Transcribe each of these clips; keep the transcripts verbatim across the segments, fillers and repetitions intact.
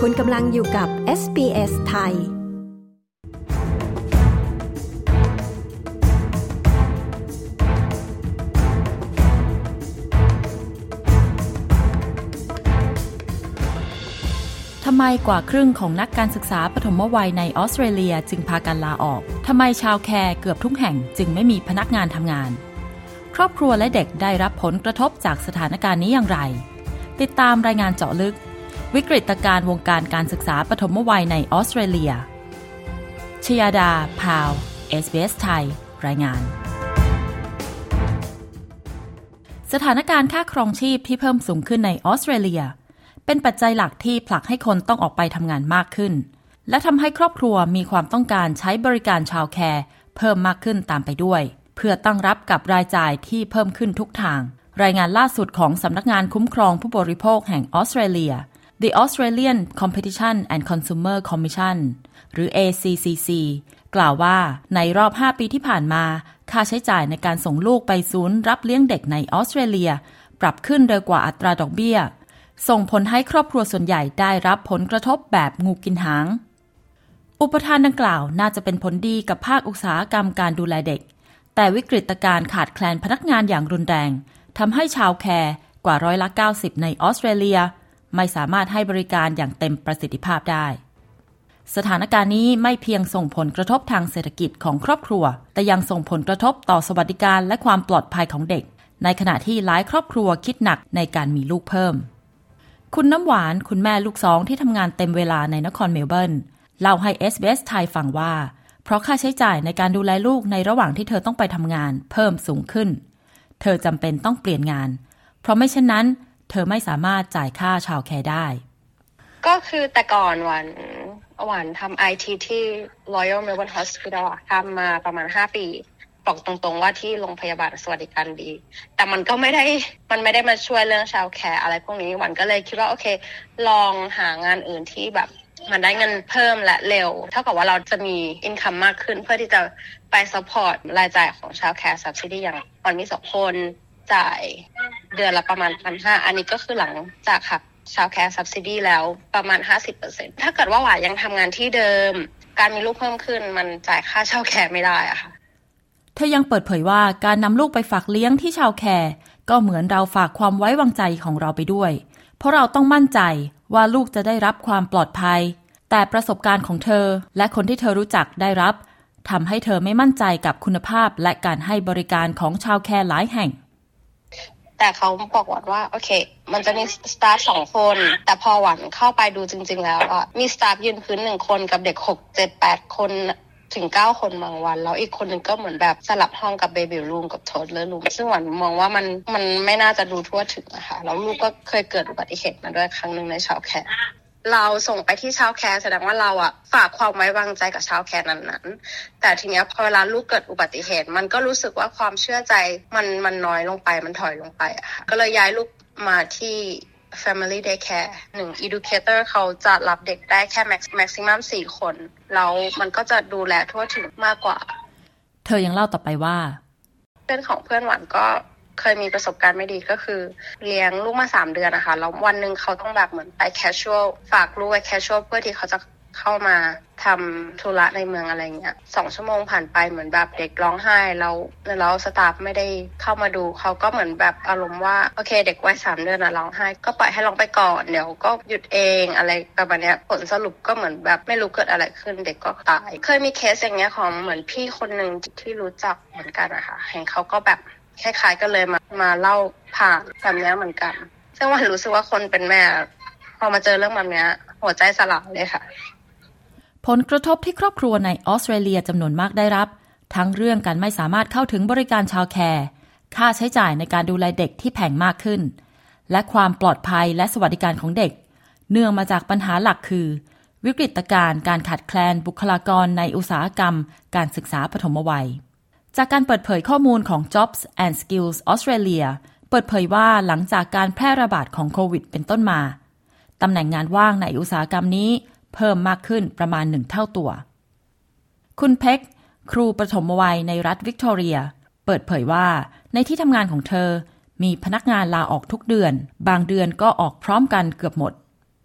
คุณกำลังอยู่กับ เอส บี เอส ไทยทำไมกว่าครึ่งของนักการศึกษาปฐมวัยในออสเตรเลียจึงพากันลาออกทำไมชาวแคร์เกือบทุกแห่งจึงไม่มีพนักงานทำงานครอบครัวและเด็กได้รับผลกระทบจากสถานการณ์นี้อย่างไรติดตามรายงานเจาะลึกวิกฤตการณ์วงการการศึกษาปฐมวัยในออสเตรเลียชยดาพาว เอส บี เอส ไทยรายงานสถานการณ์ค่าครองชีพที่เพิ่มสูงขึ้นในออสเตรเลียเป็นปัจจัยหลักที่ผลักให้คนต้องออกไปทำงานมากขึ้นและทำให้ครอบครัวมีความต้องการใช้บริการชาวแคร์เพิ่มมากขึ้นตามไปด้วยเพื่อตั้งรับกับรายจ่ายที่เพิ่มขึ้นทุกทางรายงานล่าสุดของสำนักงานคุ้มครองผู้บริโภคแห่งออสเตรเลีย The Australian Competition and Consumer Commission หรือ เอ ซี ซี ซี กล่าวว่าในรอบห้าปีที่ผ่านมาค่าใช้จ่ายในการส่งลูกไปศูนย์รับเลี้ยงเด็กในออสเตรเลียปรับขึ้นเร็วกว่าอัตราดอกเบี้ยส่งผลให้ครอบครัวส่วนใหญ่ได้รับผลกระทบแบบงูกินหางอุปทานดังกล่าวน่าจะเป็นผลดีกับภาคอุตสาหกรรมการดูแลเด็กแต่วิกฤตการณ์ขาดแคลนพนักงานอย่างรุนแรงทำให้ชาวแคร์กว่าร้อยละเก้าสิบในออสเตรเลียไม่สามารถให้บริการอย่างเต็มประสิทธิภาพได้สถานการณ์นี้ไม่เพียงส่งผลกระทบทางเศรษฐกิจของครอบครัวแต่ยังส่งผลกระทบต่อสวัสดิการและความปลอดภัยของเด็กในขณะที่หลายครอบครัวคิดหนักในการมีลูกเพิ่มคุณน้ำหวานคุณแม่ลูกสองที่ทำงานเต็มเวลาในนครเมลเบิร์นเล่าให้ เอส บี เอส ไทยฟังว่าเพราะค่าใช้จ่ายในการดูแลลูกในระหว่างที่เธอต้องไปทำงานเพิ่มสูงขึ้นเธอจำเป็นต้องเปลี่ยนงานเพราะไม่เช่นนั้นเธอไม่สามารถจ่ายค่าชาวแคร์ได้ก็คือแต่ก่อนวันวันทำ ไอ ที ที่ Royal Melbourne Hospital ทำมาประมาณห้าปีบอกตรงๆว่าที่โรงพยาบาลสวัสดิการดีแต่มันก็ไม่ได้มันไม่ได้มาช่วยเรื่องชาวแคร์อะไรพวกนี้วันก็เลยคิดว่าโอเคลองหางานอื่นที่แบบมันได้เงินเพิ่มและเร็วเท่ากับว่าเราจะมีอินคัมมากขึ้นเพื่อที่จะไปซัพพอร์ตรายจ่ายของชาวแคร์ซับซิดี้อย่างวันมีสองคนจ่ายเดือนละประมาณ หนึ่งพันห้าร้อย อันนี้ก็คือหลังจากหักชาวแคร์ซับซิดี้แล้วประมาณ ห้าสิบเปอร์เซ็นต์ ถ้าเกิดว่าหวานยังทำงานที่เดิมการมีลูกเพิ่มขึ้นมันจ่ายค่าชาวแคร์ไม่ได้อะค่ะเธอยังเปิดเผยว่าการนำลูกไปฝากเลี้ยงที่ชาวแคร์ก็เหมือนเราฝากความไว้วางใจของเราไปด้วยเพราะเราต้องมั่นใจว่าลูกจะได้รับความปลอดภัยแต่ประสบการณ์ของเธอและคนที่เธอรู้จักได้รับทำให้เธอไม่มั่นใจกับคุณภาพและการให้บริการของชาวแคร์หลายแห่งแต่เขาบอกว่าว่าโอเคมันจะมีสตาฟสองคนแต่พอหวันเข้าไปดูจริงๆแล้วอ่ะมีสตาฟยืนพื้นหนึ่งคนกับเด็กหก เจ็ด แปดคนถึงเก้าคนบางวันแล้วอีกคนนึงก็เหมือนแบบสลับห้องกับเบบี้รูมกับโทดเลอร์รูมซึ่งหวันมองว่ามันมันไม่น่าจะดูทั่วถึงอะค่ะแล้วลูกก็เคยเกิดอุบัติเหตุมาด้วยครั้งนึงในชาวแคร์เราส่งไปที่ชาวแคร์แสดงว่าเราอะฝากความไว้วางใจกับชาวแคร์นั้นๆแต่ทีเนี้ยพอเวลาลูกเกิดอุบัติเหตุมันก็รู้สึกว่าความเชื่อใจมันมันน้อยลงไปมันถอยลงไปอะค่ะก็เลยย้ายลูกมาที่ Family Daycare หนึ่ง Educator เขาจะรับเด็กได้แค่ maximum สี่คนแล้วมันก็จะดูแลทั่วถึงมากกว่าเธอยังเล่าต่อไปว่าเพื่อนของเพื่อนหวานก็เคยมีประสบการณ์ไม่ดีก็คือเลี้ยงลูกมาสามเดือนนะคะแล้ววันนึงเขาต้องแบบเหมือนไป casual ฝากลูกไว้ casual เพื่อที่เขาจะเข้ามาทำธุระในเมืองอะไรเงี้ยสองชั่วโมงผ่านไปเหมือนแบบเด็กร้องไห้แล้วแล้วสตาฟไม่ได้เข้ามาดูเขาก็เหมือนแบบอารมณ์ว่าโอเคเด็กวัยสามเดือนน่ะร้องไห้ก็ปล่อยให้ร้องไปก่อนเดี๋ยวก็หยุดเองอะไรประมาณเนี้ยผลสรุปก็เหมือนแบบไม่รู้เกิดอะไรขึ้นเด็กก็ตายเคยมีเคสอย่างเงี้ยของเหมือนพี่คนนึงที่รู้จักเหมือนกันนะคะเห็นเขาก็แบบคล้ายๆกันเลยมามาเล่าผ่านแบบนี้เหมือนกันซึ่งว่ารู้สึกว่าคนเป็นแม่พอมาเจอเรื่องแบบนี้หัวใจสลายเลยค่ะผลกระทบที่ครอบครัวในออสเตรเลียจำนวนมากได้รับทั้งเรื่องการไม่สามารถเข้าถึงบริการชาวแคร์ค่าใช้จ่ายในการดูแลเด็กที่แพงมากขึ้นและความปลอดภัยและสวัสดิการของเด็กเนื่องมาจากปัญหาหลักคือวิกฤตการณ์การขาดแคลนบุคลากรในอุตสาหกรรมการศึกษาปฐมวัยจากการเปิดเผยข้อมูลของ Jobs and Skills Australia เปิดเผยว่าหลังจากการแพร่ระบาดของโควิดเป็นต้นมาตำแหน่งงานว่างในอุตสาหกรรมนี้เพิ่มมากขึ้นประมาณหนึ่งเท่าตัวคุณเพ็กครูประถมวัยในรัฐวิกตอเรียเปิดเผยว่าในที่ทำงานของเธอมีพนักงานลาออกทุกเดือนบางเดือนก็ออกพร้อมกันเกือบหมด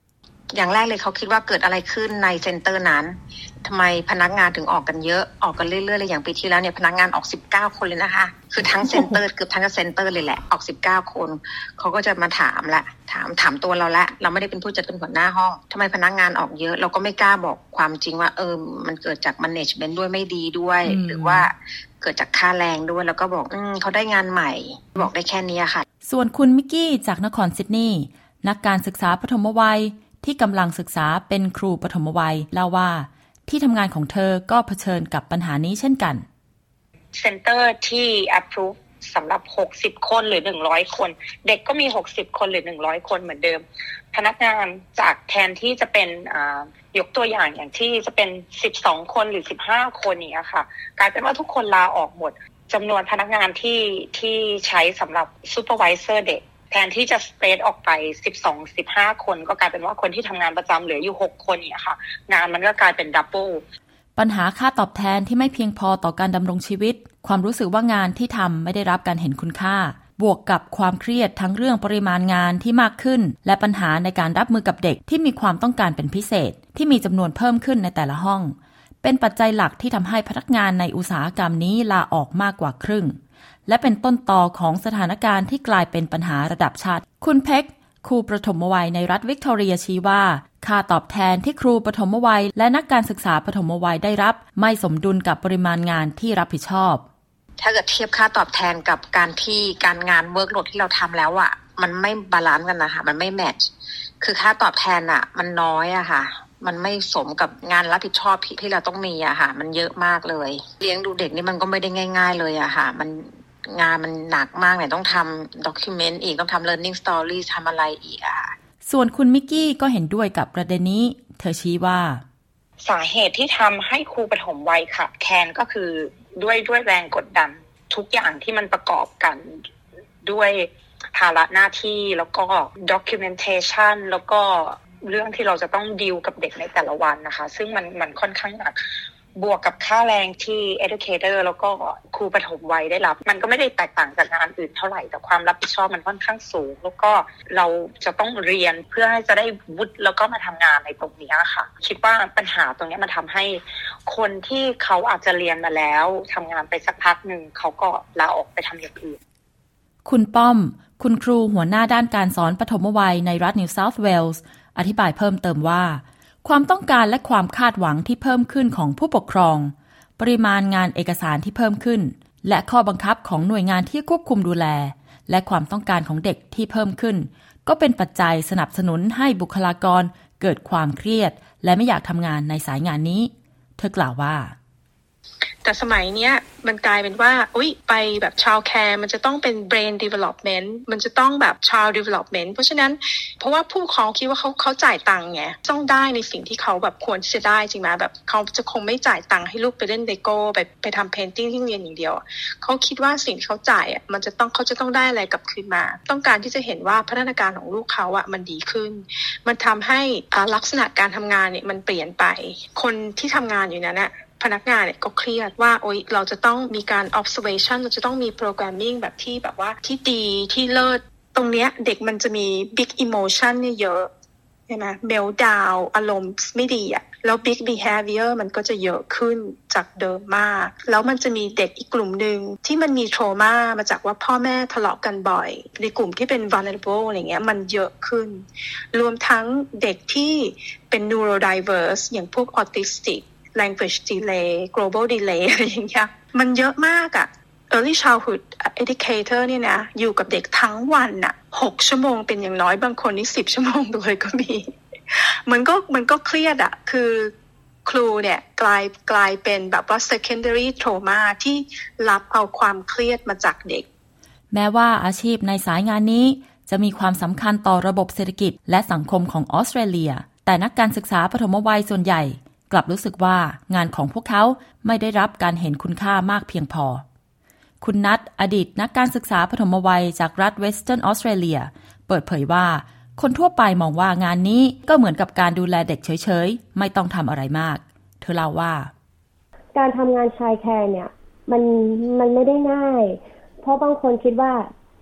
อย่างแรกเลยเขาคิดว่าเกิดอะไรขึ้นในเซ็นเตอร์นั้นทำไมพนักงานถึงออกกันเยอะออกกันเรื่อยๆเลยอย่างปีที่แล้วเนี่ยพนักงานออกสิบเก้าคนเลยนะคะคือทั้งเซ็นเตอร์เกือบทั้งเซ็นเตอร์เลยแหละออกสิบเก้าคนเขาก็จะมาถามละถามถามตัวเราละเราไม่ได้เป็นผู้จัดเป็นหัวหน้าห้องทำไมพนักงานออกเยอะเราก็ไม่กล้าบอกความจริงว่าเออมันเกิดจาก management ด้วยไม่ดีด้วยหรือว่าเกิดจากค่าแรงด้วยแล้วก็บอกอืมเขาได้งานใหม่บอกได้แค่นี้ค่ะส่วนคุณมิกกี้จากนครซิดนีย์นักการศึกษาปฐมวัยที่กำลังศึกษาเป็นครูปฐมวัยเล่าว่าที่ทำงานของเธอก็เผชิญกับปัญหานี้เช่นกันเซ็นเตอร์ที่ approve สำหรับหกสิบคนหรือหนึ่งร้อยคนเด็กก็มีหกสิบคนหรือหนึ่งร้อยคนเหมือนเดิมพนักงานจากแทนที่จะเป็นอ่ายกตัวอย่างอย่างที่จะเป็นสิบสองคนหรือสิบห้าคนอย่างเงี้ยค่ะกลายเป็นว่าทุกคนลาออกหมดจำนวนพนักงานที่ที่ใช้สำหรับซูเปอร์วิเซอร์เด็กแทนที่จะสเปรดออกไปสิบสอง สิบห้าคนก็กลายเป็นว่าคนที่ทำงานประจำเหลืออยู่หกคนเนี่ยค่ะงานมันก็กลายเป็นดับเบิลปัญหาค่าตอบแทนที่ไม่เพียงพอต่อการดำรงชีวิตความรู้สึกว่างานที่ทำไม่ได้รับการเห็นคุณค่าบวกกับความเครียดทั้งเรื่องปริมาณงานที่มากขึ้นและปัญหาในการรับมือกับเด็กที่มีความต้องการเป็นพิเศษที่มีจำนวนเพิ่มขึ้นในแต่ละห้องเป็นปัจจัยหลักที่ทำให้พนักงานในอุตสาหกรรมนี้ลาออกมากกว่าครึ่งและเป็นต้นตอของสถานการณ์ที่กลายเป็นปัญหาระดับชาติคุณเพ็กครูประถมวัยในรัฐวิกตอเรียชี้ว่าค่าตอบแทนที่ครูประถมวัยและนักการศึกษาประถมวัยได้รับไม่สมดุลกับปริมาณงานที่รับผิดชอบถ้าเกิดเทียบค่าตอบแทนกับการที่การงานเวิร์กโหลดที่เราทำแล้วอ่ะมันไม่บาลานซ์กันนะคะมันไม่แมทช์คือค่าตอบแทนอ่ะมันน้อยอะค่ะมันไม่สมกับงานรับผิดชอบที่เราต้องมีอะค่ะมันเยอะมากเลยเลี้ยงดูเด็กนี่มันก็ไม่ได้ง่ายๆเลยอะค่ะมันงานมันหนักมากเนี่ยต้องทำด็อกิวเมนต์อีกต้องทำ learning story ทำอะไรอีกอะค่ะส่วนคุณมิกกี้ก็เห็นด้วยกับประเด็นนี้เธอชี้ว่าสาเหตุที่ทำให้ครูปฐมวัยขาดแคลนก็คือด้วยด้วยแรงกดดันทุกอย่างที่มันประกอบกันด้วยภาระหน้าที่แล้วก็ documentation แล้วก็เรื่องที่เราจะต้องดีลกับเด็กในแต่ละวันนะคะซึ่งมันมันค่อนข้างหนักบวกกับค่าแรงที่ educator แล้วก็ครูปฐมวัยได้รับมันก็ไม่ได้แตกต่างจากงานอื่นเท่าไหร่แต่ความรับผิดชอบมันค่อนข้างสูงแล้วก็เราจะต้องเรียนเพื่อให้จะได้วุฒิแล้วก็มาทำงานในตรงนี้ค่ะคิดว่าปัญหาตรงนี้มันทำให้คนที่เขาอาจจะเรียนมาแล้วทำงานไปสักพักหนึ่งเขาก็ลาออกไปทำอย่างอื่นคุณป้อมคุณครูหัวหน้าด้านการสอนปฐมวัยในรัฐนิวเซาท์เวลส์อธิบายเพิ่มเติมว่าความต้องการและความคาดหวังที่เพิ่มขึ้นของผู้ปกครองปริมาณงานเอกสารที่เพิ่มขึ้นและข้อบังคับของหน่วยงานที่ควบคุมดูแลและความต้องการของเด็กที่เพิ่มขึ้นก็เป็นปัจจัยสนับสนุนให้บุคลากรเกิดความเครียดและไม่อยากทำงานในสายงานนี้เธอกล่าวว่าแต่สมัยเนี้ยมันกลายเป็นว่าอุ๊ยไปแบบ child care มันจะต้องเป็น brain development มันจะต้องแบบ child development เพราะฉะนั้นเพราะว่าผู้ปกครองคิดว่าเขาเขาจ่ายตังค์ไงต้องได้ในสิ่งที่เขาแบบควรจะได้จริงไหมแบบเขาจะคงไม่จ่ายตังค์ให้ลูกไปเล่นเลโก้ไปไปทำ painting ที่เรียนอย่างเดียวเขาคิดว่าสิ่งที่เขาจ่ายอ่ะมันจะต้องเขาจะต้องได้อะไรกลับคืนมาต้องการที่จะเห็นว่าพัฒนาการของลูกเขาอ่ะมันดีขึ้นมันทำให้ลักษณะการทำงานเนี่ยมันเปลี่ยนไปคนที่ทำงานอยู่นั้นน่ะพนักงานเนี่ยก็เครียดว่าโอ๊ยเราจะต้องมีการ observation เราจะต้องมี programming แบบที่แบบว่าที่ดีที่เลิศตรงเนี้ยเด็กมันจะมี big emotion เนี่ยเยอะใช่ไหม meltdown อารมณ์ไม่ดีอ่ะแล้ว big behavior มันก็จะเยอะขึ้นจากเดิมมากแล้วมันจะมีเด็กอีกกลุ่มหนึ่งที่มันมี trauma มาจากว่าพ่อแม่ทะเลาะกันบ่อยในกลุ่มที่เป็น vulnerable อะไรเงี้ยมันเยอะขึ้นรวมทั้งเด็กที่เป็น neurodiverse อย่างพวก autistic language delay global delay อะไรอย่างเงี้ยมันเยอะมากอ่ะ early childhood educator เนี่ยนะอยู่กับเด็กทั้งวันน่ะหกชั่วโมงเป็นอย่างน้อยบางคนนี่สิบชั่วโมงเลยก็มีมันก็มันก็เครียดอ่ะคือครูเนี่ยกลายกลายเป็นแบบว่า secondary trauma ที่รับเอาความเครียดมาจากเด็กแม้ว่าอาชีพในสายงานนี้จะมีความสำคัญต่อระบบเศรษฐกิจและสังคมของออสเตรเลียแต่นักการศึกษาปฐมวัยส่วนใหญ่กลับรู้สึกว่างานของพวกเขาไม่ได้รับการเห็นคุณค่ามากเพียงพอคุณนัทอดีตนักการศึกษาปฐมวัยจากรัฐเวสเทิร์นออสเตรเลียเปิดเผยว่าคนทั่วไปมองว่างานนี้ก็เหมือนกับการดูแลเด็กเฉยๆไม่ต้องทำอะไรมากเธอเล่าว่าการทำงานชายแคร์เนี่ยมันมันไม่ได้ง่ายเพราะบางคนคิดว่า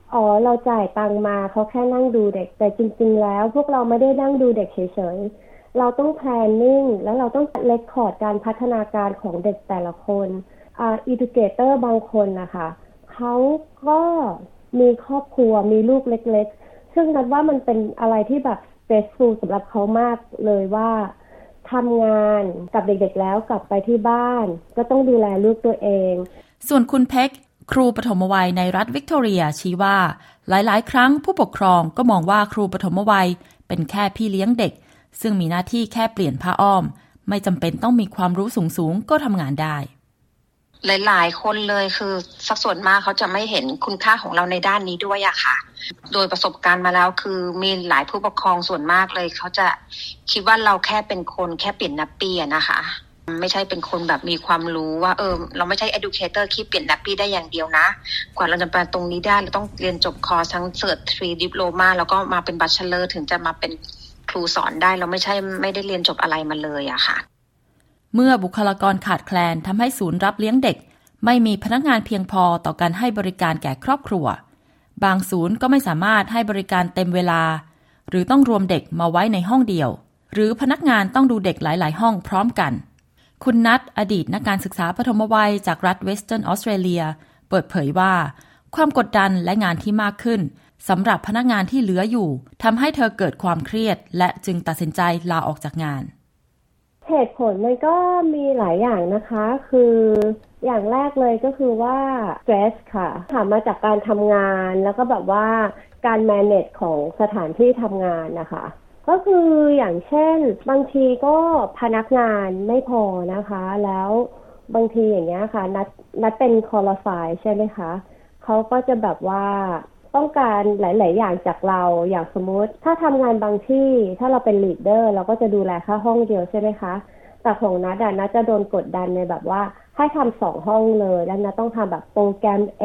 อ๋อเราจ่ายตังมาเขาแค่นั่งดูเด็กแต่จริงๆแล้วพวกเราไม่ได้นั่งดูเด็กเฉยๆเราต้อง planning แล้วเราต้อง record การพัฒนาการของเด็กแต่ละคนอ่า educator บางคนนะคะเขาก็มีครอบครัวมีลูกเล็กๆซึ่งนัดว่ามันเป็นอะไรที่แบบ stressful สำหรับเขามากเลยว่าทำงานกับเด็กๆแล้วกลับไปที่บ้านก็ต้องดูแลลูกตัวเองส่วนคุณเพ็กครูปฐมวัยในรัฐวิกตอเรียชี้ว่าหลายๆครั้งผู้ปกครองก็มองว่าครูปฐมวัยเป็นแค่พี่เลี้ยงเด็กซึ่งมีหน้าที่แค่เปลี่ยนผ้าอ้อมไม่จำเป็นต้องมีความรู้สูงๆก็ทำงานได้หลายๆคนเลยคือสักส่วนมากเขาจะไม่เห็นคุณค่าของเราในด้านนี้ด้วยอะค่ะโดยประสบการณ์มาแล้วคือมีหลายผู้ปกครองส่วนมากเลยเขาจะคิดว่าเราแค่เป็นคนแค่เปลี่ยนนัปปี้นะคะไม่ใช่เป็นคนแบบมีความรู้ว่าเออเราไม่ใช่ educator ที่เปลี่ยนนัปปี้ได้อย่างเดียวนะกว่าเราจะไปตรงนี้ได้เราต้องเรียนจบคอร์สทั้งเซิร์ตทรีดิปโลมาแล้วก็มาเป็นบัชเชอร์ถึงจะมาเป็นครูสอนได้เราไม่ใช่ไม่ได้เรียนจบอะไรมาเลยอะค่ะเมื่อบุคลากรขาดแคลนทำให้ศูนย์รับเลี้ยงเด็กไม่มีพนักงานเพียงพอต่อการให้บริการแก่ครอบครัวบางศูนย์ก็ไม่สามารถให้บริการเต็มเวลาหรือต้องรวมเด็กมาไว้ในห้องเดียวหรือพนักงานต้องดูเด็กหลายๆห้องพร้อมกันคุณนัทอดีตนักการศึกษาปฐมวัยจากรัฐเวสเทิร์นออสเตรเลียเปิดเผยว่าความกดดันและงานที่มากขึ้นสำหรับพนักงานที่เหลืออยู่ทำให้เธอเกิดความเครียดและจึงตัดสินใจลาออกจากงานเหตุผลมันก็มีหลายอย่างนะคะคืออย่างแรกเลยก็คือว่า stress ค่ะถามมาจากการทำงานแล้วก็แบบว่าการ manage ของสถานที่ทำงานนะคะก็คืออย่างเช่นบางทีก็พนักงานไม่พอนะคะแล้วบางทีอย่างเงี้ยค่ะนัดนัดเป็น qualify ใช่ไหมคะเขาก็จะแบบว่าต้องการหลายๆอย่างจากเราอย่างสมมติถ้าทำงานบางที่ถ้าเราเป็น leader เราก็จะดูแลแค่ห้องเดียวใช่ไหมคะแต่ของนัดอะนัดจะโดนกดดันในแบบว่าให้ทำสองห้องเลยแล้วนัดต้องทำแบบโปรแกรมเอง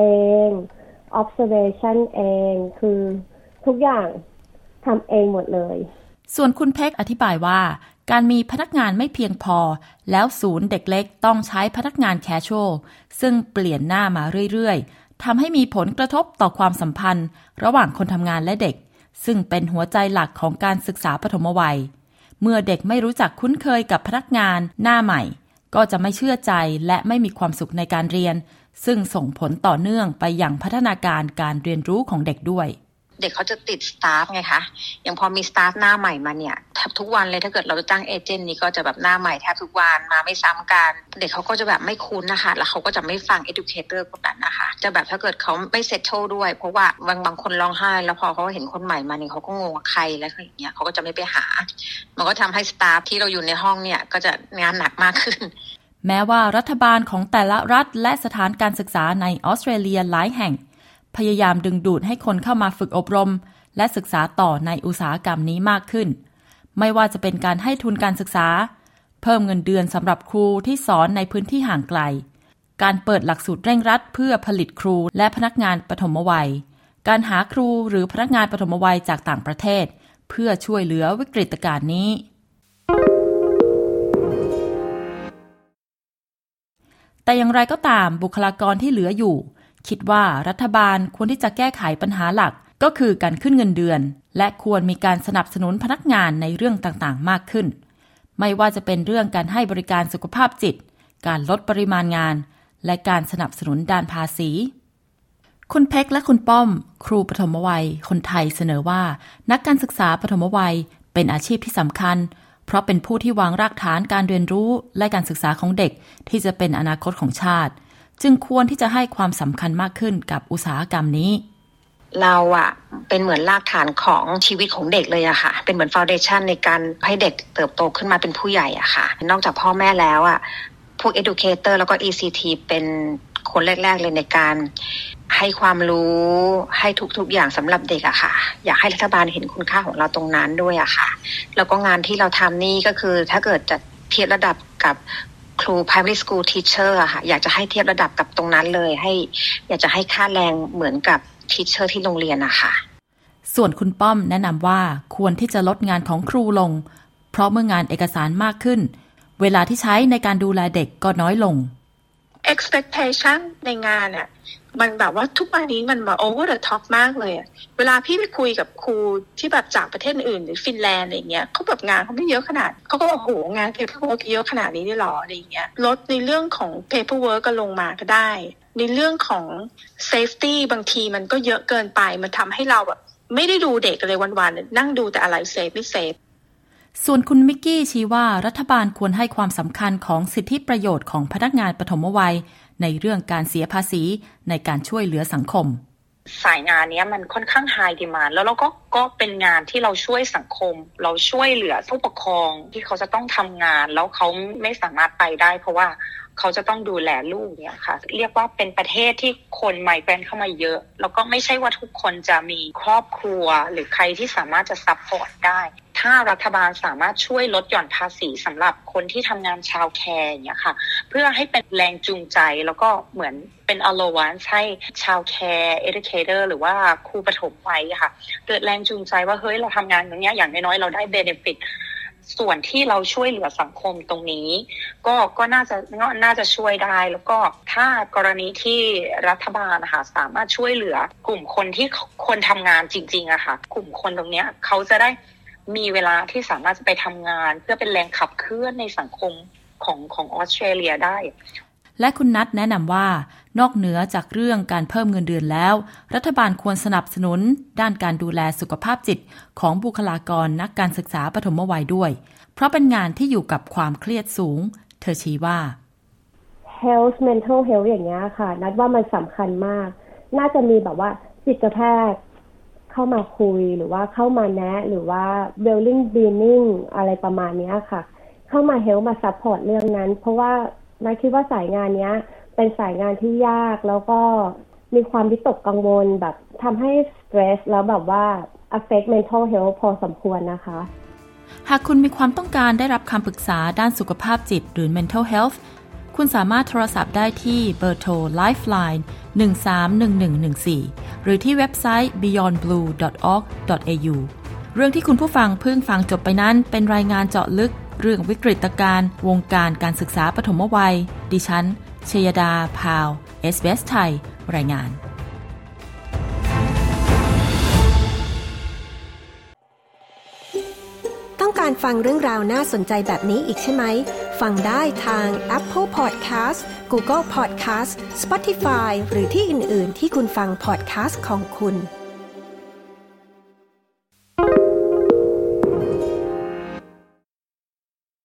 observation เองคือทุกอย่างทำเองหมดเลยส่วนคุณเพ็กอธิบายว่าการมีพนักงานไม่เพียงพอแล้วศูนย์เด็กเล็กต้องใช้พนักงานแคชชวลซึ่งเปลี่ยนหน้ามาเรื่อยๆทำให้มีผลกระทบต่อความสัมพันธ์ระหว่างคนทำงานและเด็กซึ่งเป็นหัวใจหลักของการศึกษาปฐมวัยเมื่อเด็กไม่รู้จักคุ้นเคยกับพนักงานหน้าใหม่ก็จะไม่เชื่อใจและไม่มีความสุขในการเรียนซึ่งส่งผลต่อเนื่องไปยังพัฒนาการการเรียนรู้ของเด็กด้วยเด็กเขาจะติดสตาฟไงคะอย่างพอมีสตาฟหน้าใหม่มาเนี่ยแทบทุกวันเลยถ้าเกิดเราจะตั้งเอเจนต์นี้ก็จะแบบหน้าใหม่แทบทุกวันมาไม่ซ้ำกันเด็กเขาก็จะแบบไม่คุ้นนะคะแล้วเขาก็จะไม่ฟัง educator คนนั้นนะคะจะแบบถ้าเกิดเขาไม่ settle ด้วยเพราะว่าบางบางคนร้องไห้แล้วพอเขาเห็นคนใหม่มาเนี่ยเขาก็งงว่าใครแล้วอย่างเงี้ยเขาก็จะไม่ไปหามันก็ทำให้สตาฟที่เราอยู่ในห้องเนี่ยก็จะงานหนักมากขึ้นแม้ว่ารัฐบาลของแต่ละรัฐและสถานการศึกษาในออสเตรเลียหลายแห่งพยายามดึงดูดให้คนเข้ามาฝึกอบรมและศึกษาต่อในอุตสาหกรรมนี้มากขึ้นไม่ว่าจะเป็นการให้ทุนการศึกษาเพิ่มเงินเดือนสำหรับครูที่สอนในพื้นที่ห่างไกลการเปิดหลักสูตรเร่งรัดเพื่อผลิตครูและพนักงานปฐมวัยการหาครูหรือพนักงานปฐมวัยจากต่างประเทศเพื่อช่วยเหลือวิกฤตการณ์นี้แต่อย่างไรก็ตามบุคลากรที่เหลืออยู่คิดว่ารัฐบาลควรที่จะแก้ไขปัญหาหลักก็คือการขึ้นเงินเดือนและควรมีการสนับสนุนพนักงานในเรื่องต่างๆมากขึ้นไม่ว่าจะเป็นเรื่องการให้บริการสุขภาพจิตการลดปริมาณงานและการสนับสนุนด้านภาษีคุณเพ็กและคุณป้อมครูปฐมวัยคนไทยเสนอว่านักการศึกษาปฐมวัยเป็นอาชีพที่สำคัญเพราะเป็นผู้ที่วางรากฐานการเรียนรู้และการศึกษาของเด็กที่จะเป็นอนาคตของชาติจึงควรที่จะให้ความสำคัญมากขึ้นกับอุตสาหกรรมนี้เราอะเป็นเหมือนรากฐานของชีวิตของเด็กเลยอะค่ะเป็นเหมือนฟาวเดชั่นในการให้เด็กเติบโตขึ้นมาเป็นผู้ใหญ่อะค่ะนอกจากพ่อแม่แล้วอะพวก educator แล้วก็ อี ซี ที เป็นคนแรกๆเลยในการให้ความรู้ให้ทุกๆอย่างสำหรับเด็กอะค่ะอยากให้รัฐบาลเห็นคุณค่าของเราตรงนั้นด้วยอะค่ะแล้วก็งานที่เราทำนี่ก็คือถ้าเกิดจะเทียบระดับกับครู primary school teacher อะค่ะอยากจะให้เทียบระดับกับตรงนั้นเลยให้อยากจะให้ค่าแรงเหมือนกับทีเชอร์ที่โรงเรียนนะคะส่วนคุณป้อมแนะนำว่าควรที่จะลดงานของครูลงเพราะเมื่องานเอกสารมากขึ้นเวลาที่ใช้ในการดูแลเด็กก็น้อยลง expectation ในงานอ่ะมันแบบว่าทุกวันนี้มันแบบ over the top มากเลยอะเวลาพี่ไปคุยกับครูที่แบบจากประเทศอื่นหรือฟินแลนด์อะไรเงี้ยเขาแบบงานเขาไม่เยอะขนาดเขาก็บอกโหงาน paperwork เยอะขนาดนี้ได้หรออะไรเงี้ยลดในเรื่องของ paperwork ก็ลงมาก็ได้ในเรื่องของ safety บางทีมันก็เยอะเกินไปมันทำให้เราแบบไม่ได้ดูเด็กเลยวันๆนั่งดูแต่อะไรเซฟไม่เซฟส่วนคุณมิกกี้ชี้ว่ารัฐบาลควรให้ความสำคัญของสิทธิประโยชน์ของพนักงานปฐมวัยในเรื่องการเสียภาษีในการช่วยเหลือสังคมสายงานนี้มันค่อนข้างไฮดีมานด์แล้วเราก็ก็เป็นงานที่เราช่วยสังคมเราช่วยเหลือผู้ปกครองที่เขาจะต้องทำงานแล้วเขาไม่สามารถไปได้เพราะว่าเขาจะต้องดูแลลูกเนี่ยค่ะเรียกว่าเป็นประเทศที่คนไมเกรนต์เข้ามาเยอะแล้วก็ไม่ใช่ว่าทุกคนจะมีครอบครัวหรือใครที่สามารถจะซัพพอร์ตได้ถ้ารัฐบาลสามารถช่วยลดหย่อนภาษีสำหรับคนที่ทำงานชาวแคร์อย่างเงี้ยค่ะเพื่อให้เป็นแรงจูงใจแล้วก็เหมือนเป็น allowance ให้ชาวแคร์ educator หรือว่าครูปฐมวัยค่ะเกิดแรงจูงใจว่าเฮ้ยเราทำงานอย่างเงี้ยอย่างน้อยๆเราได้ benefitส่วนที่เราช่วยเหลือสังคมตรงนี้ก็ก็น่าจะน่าจะช่วยได้แล้วก็ถ้ากรณีที่รัฐบาลนะคะสามารถช่วยเหลือกลุ่มคนที่คนทำงานจริงๆอะค่ะกลุ่มคนตรงนี้เขาจะได้มีเวลาที่สามารถจะไปทำงานเพื่อเป็นแรงขับเคลื่อนในสังคมของของออสเตรเลียได้และคุณนัทแนะนำว่านอกเหนือจากเรื่องการเพิ่มเงินเดือนแล้วรัฐบาลควรสนับสนุนด้านการดูแลสุขภาพจิตของบุคลากรนักการศึกษาปฐมวัยด้วยเพราะเป็นงานที่อยู่กับความเครียดสูงเธอชี้ว่า health mental health อย่างเงี้ยค่ะนัทว่ามันสำคัญมากน่าจะมีแบบว่าจิตแพทย์เข้ามาคุยหรือว่าเข้ามาแนะหรือว่า well being อะไรประมาณนี้ค่ะเข้ามา help มา support เรื่องนั้นเพราะว่านัทคิดว่าสายงานเนี้ยเป็นสายงานที่ยากแล้วก็มีความวิตกกังวลแบบทำให้ stress แล้วแบบว่า affect mental health พอสมควรนะคะหากคุณมีความต้องการได้รับคำปรึกษาด้านสุขภาพจิตหรือ mental health คุณสามารถโทรศัพท์ได้ที่เบอร์โทร Lifeline หนึ่ง สาม หนึ่ง หนึ่ง หนึ่ง สี่ หรือที่เว็บไซต์ beyond blue dot org dot a u เรื่องที่คุณผู้ฟังเพิ่งฟังจบไปนั้นเป็นรายงานเจาะลึกเรื่องวิกฤตการณ์วงการการศึกษาปฐมวัยดิฉันชยดาพาว เอส บี เอส ไทยรายงานต้องการฟังเรื่องราวน่าสนใจแบบนี้อีกใช่ไหมฟังได้ทาง Apple Podcast Google Podcast Spotify หรือที่อื่นๆที่คุณฟัง podcast ของคุณ